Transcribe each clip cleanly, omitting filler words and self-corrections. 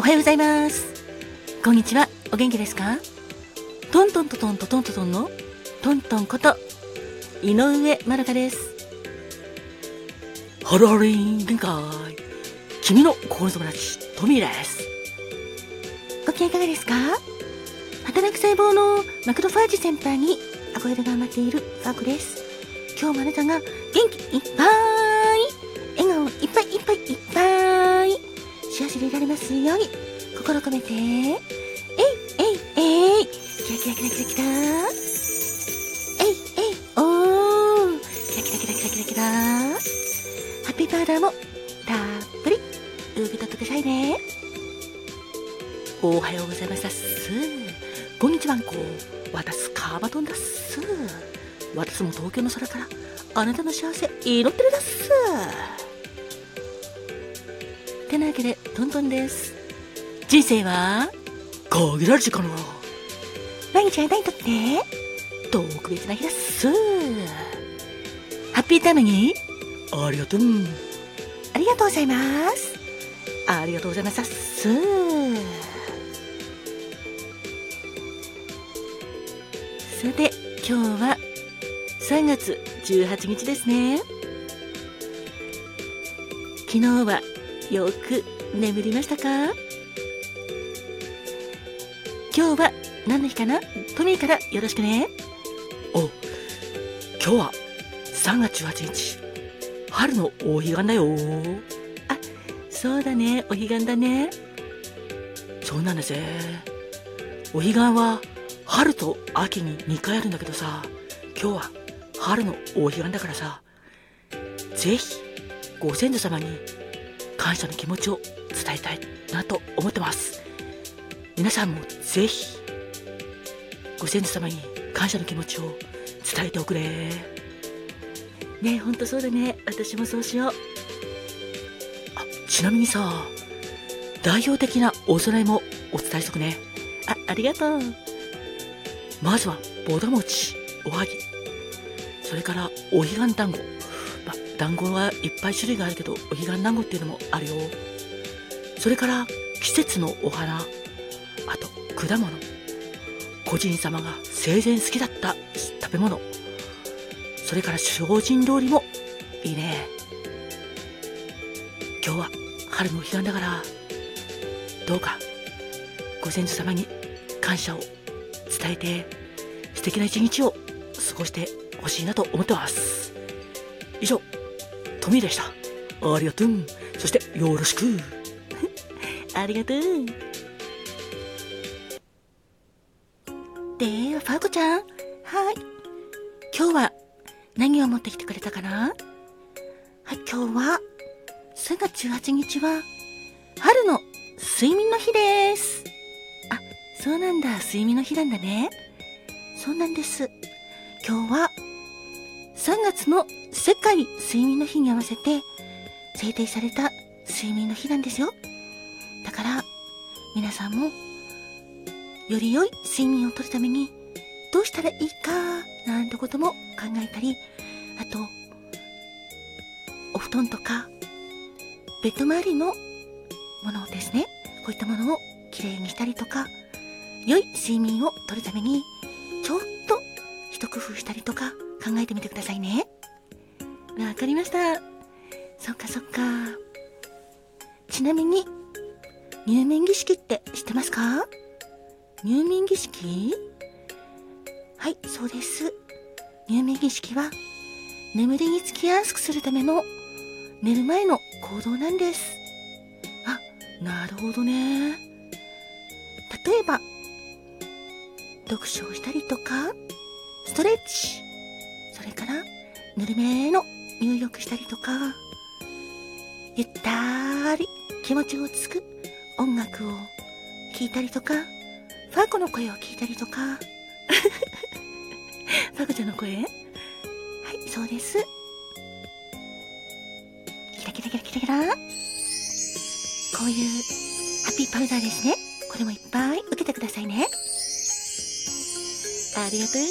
はようございます。こんにちは。お元気ですか？トントントトントトントトンのトントンこと井上まどかです。ハローリン限界、君の心の友達トミーです。ご機嫌いかがですか？働く細胞のマクロファージ先輩に憧れが余っているファーコです。今日もあなたが元気いっぱい、笑顔いっぱいいっぱいいっぱい、幸せでいられますように心込めて、えいえいえい、キラキラキラキラキラ、えいえいおー、キラキラキラキラキラキラ、ハッピーパウダーもたっぷり受け取ってくださいね。おはようございます。こんにちはんこ、私カーバトンだっす。私も東京の空からあなたの幸せ祈ってるだっす。てなわけでトントンです。人生は限られる時間が毎日あなたにとって特別な日だっす。ハッピータイムにありがとう、ありがとうございます、ありがとうございますっす。さて今日は3月18日ですね。昨日はよく眠りましたか？今日は何の日かな？トミーからよろしくね。今日は3月18日、春のお彼岸だよ。あ、そうだね、お彼岸だね。そうなんだぜ。お彼岸は春と秋に2回あるんだけどさ、今日は春のお彼岸だからさ、ぜひご先祖様に感謝の気持ちを伝えたいなと思ってます。皆さんもぜひご先祖様に感謝の気持ちを伝えておくれね。ほんとそうだね、私もそうしよう。ちなみにさ、代表的なお供えもお伝えしとくね。ありがとう。まずはぼた餅、おはぎ、それからお彼岸団子。団子はいっぱい種類があるけど、お彼岸団子っていうのもあるよ。それから季節のお花、あと果物、個人様が生前好きだった食べ物、それから精進料理もいいね。今日は春のお彼岸だから、どうかご先祖様に感謝を伝えて素敵な一日を過ごしてほしいなと思ってます。以上、トミーでした。ありがとう。そしてよろしくありがとう。ではファーコちゃん、はい、今日は何を持ってきてくれたかな？はい、今日は3月18日は春の睡眠の日です。そうなんだ、睡眠の日なんだね。そうなんです。今日は3月の世界睡眠の日に合わせて制定された睡眠の日なんですよ。だから皆さんもより良い睡眠をとるためにどうしたらいいかなんてことも考えたり、あとお布団とかベッド周りのものをですね、こういったものをきれいにしたりとか、良い睡眠をとるためにちょっと一工夫したりとか考えてみてくださいね。わかりました。そっかそっか。ちなみに入眠儀式って知ってますか？入眠儀式？はい、そうです。入眠儀式は眠りにつきやすくするための寝る前の行動なんです。なるほどね。例えば読書をしたりとか、ストレッチ、それからぬるめの入浴したりとか、ゆったり気持ちをつく音楽を聴いたりとか、ファーコの声を聞いたりとかファーコちゃんの声？はい、そうです。キラキラキラキラキラ、こういうハッピーパウダーですね。これもいっぱい受けてくださいね。ありがとう。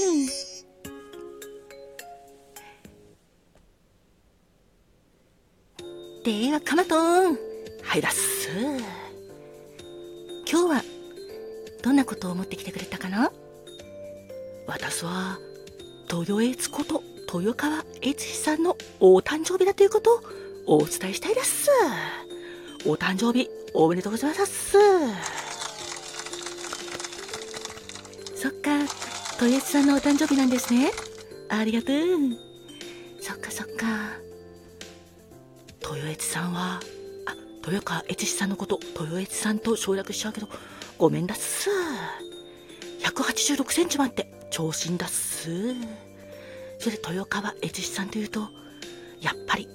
ではカマトン、はいだっす。 今日はどんなことを持ってきてくれたかな。私は豊悦こと豊川悦司さんのお誕生日だということをお伝えしたいです。お誕生日おめでとうございます。そっか、豊悦さんのお誕生日なんですね。ありがとう。そっかそっか。豊悦さんは豊川悦司さんのこと豊悦さんと省略しちゃうけどごめんだっす。186センチもあって長身だっす。それで豊川悦司さんというとやっぱり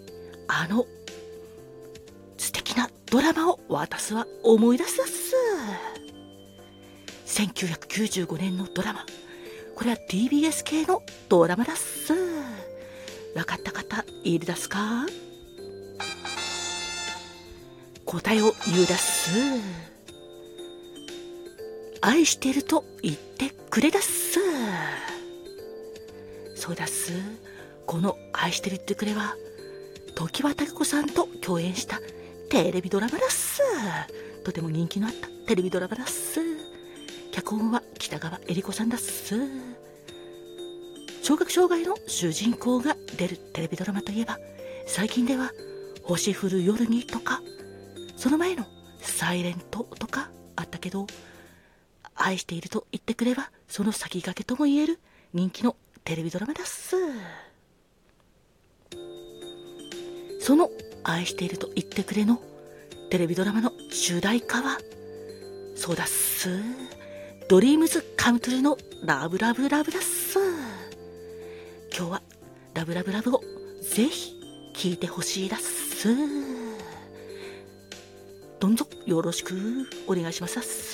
素敵なドラマを私は思い出すっす。1995年のドラマ、これは TBS 系のドラマだっす。分かった方いるですか。答えを言うだっす。愛してると言ってくれだっす。そうだっす。この愛してるってくれは常盤貴子さんと共演したテレビドラマだっす。とても人気のあったテレビドラマだっす。脚本は北川恵理子さんだっす。聴覚障害の主人公が出るテレビドラマといえば最近では星降る夜にとかその前のサイレントとかあったけど、愛していると言ってくればその先駆けとも言える人気のテレビドラマだっす。その愛していると言ってくれのテレビドラマの主題歌はそうだっす。ドリームズカムトゥルーのラブラブラブだっす。今日はラブラブラブをぜひ聴いてほしいだっす。どんぞよろしくお願いしますっす。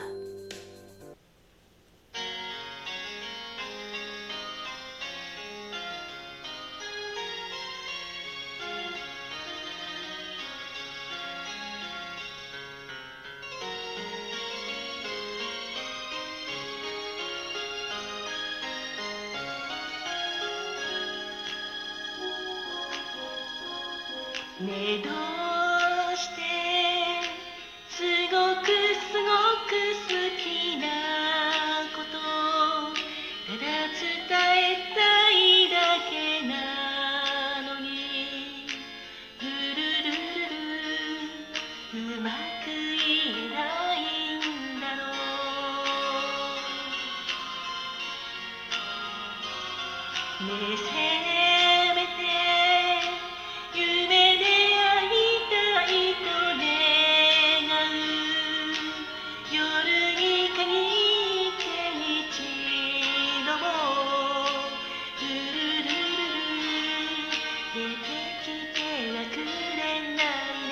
ねえどうしてすごく好きなことただ伝えたいだけなのにルルルルルうまく言えないんだろう。ねえせめて夢で会いたいと願う夜に限って一度もルルルルル出てきてはくれないね。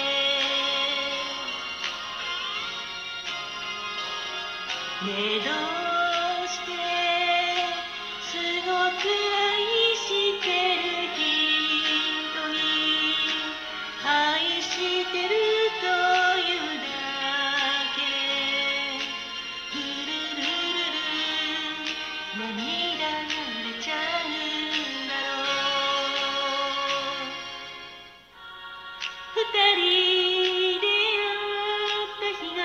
ねえどうしてすごく愛してる人に愛してるというだけルルルルル涙が出ちゃうんだろう。二人で会った日が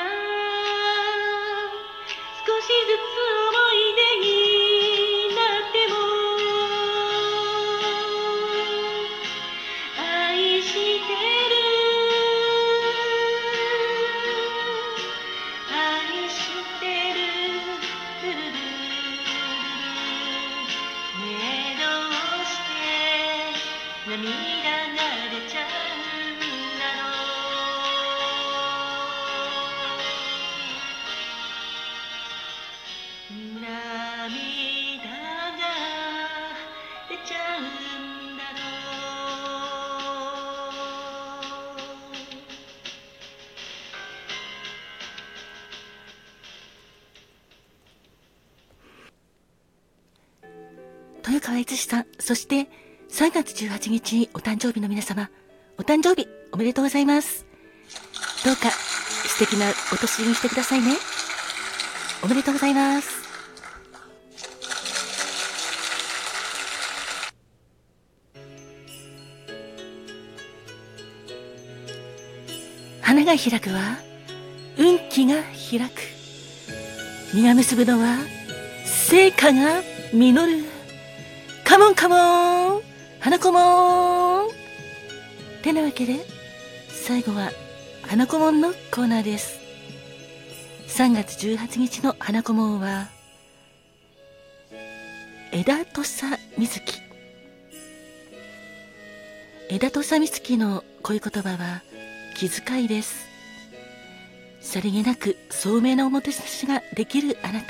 少しずつ思い出になっても愛してる愛してるルルルルルねえどうして涙が出ちゃうんだろう。涙が出ちゃうんだろ豊川悦司さん、そして3月18日お誕生日の皆様、お誕生日おめでとうございます。どうか素敵なお年にしてくださいね。おめでとうございます。花が開くは運気が開く。実が結ぶのは成果が実る。カモンカモン、花子もん。てなわけで最後は花子もんのコーナーです。3月18日の花子もんは枝土佐瑞希。枝土佐瑞希の恋言葉は気遣いです。さりげなく聡明なおもてなしができるあなた。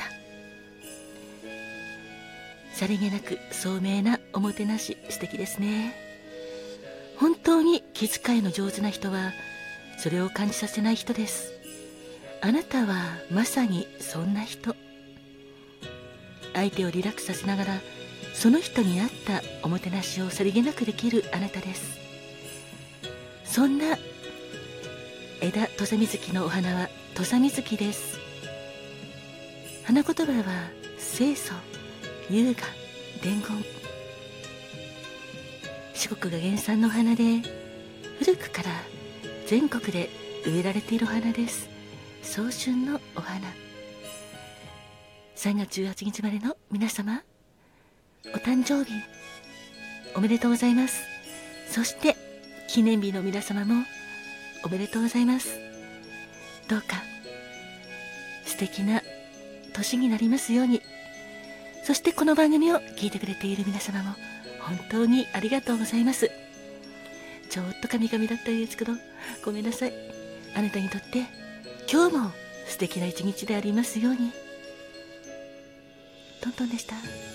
さりげなく聡明なおもてなし、素敵ですね。本当に気遣いの上手な人はそれを感じさせない人です。あなたはまさにそんな人。相手をリラックスさせながらその人に合ったおもてなしをさりげなくできるあなたです。そんな枝土佐瑞希のお花は土佐瑞希です。花言葉は清楚、優雅、伝言。四国が原産のお花で古くから全国で植えられているお花です。早春のお花。3月18日までの皆様、お誕生日おめでとうございます。そして記念日の皆様もおめでとうございます。どうか素敵な年になりますように。そしてこの番組を聞いてくれている皆様も本当にありがとうございます。ちょっとカミカミだったんですけどごめんなさい。あなたにとって今日も素敵な一日でありますように。トントンでした。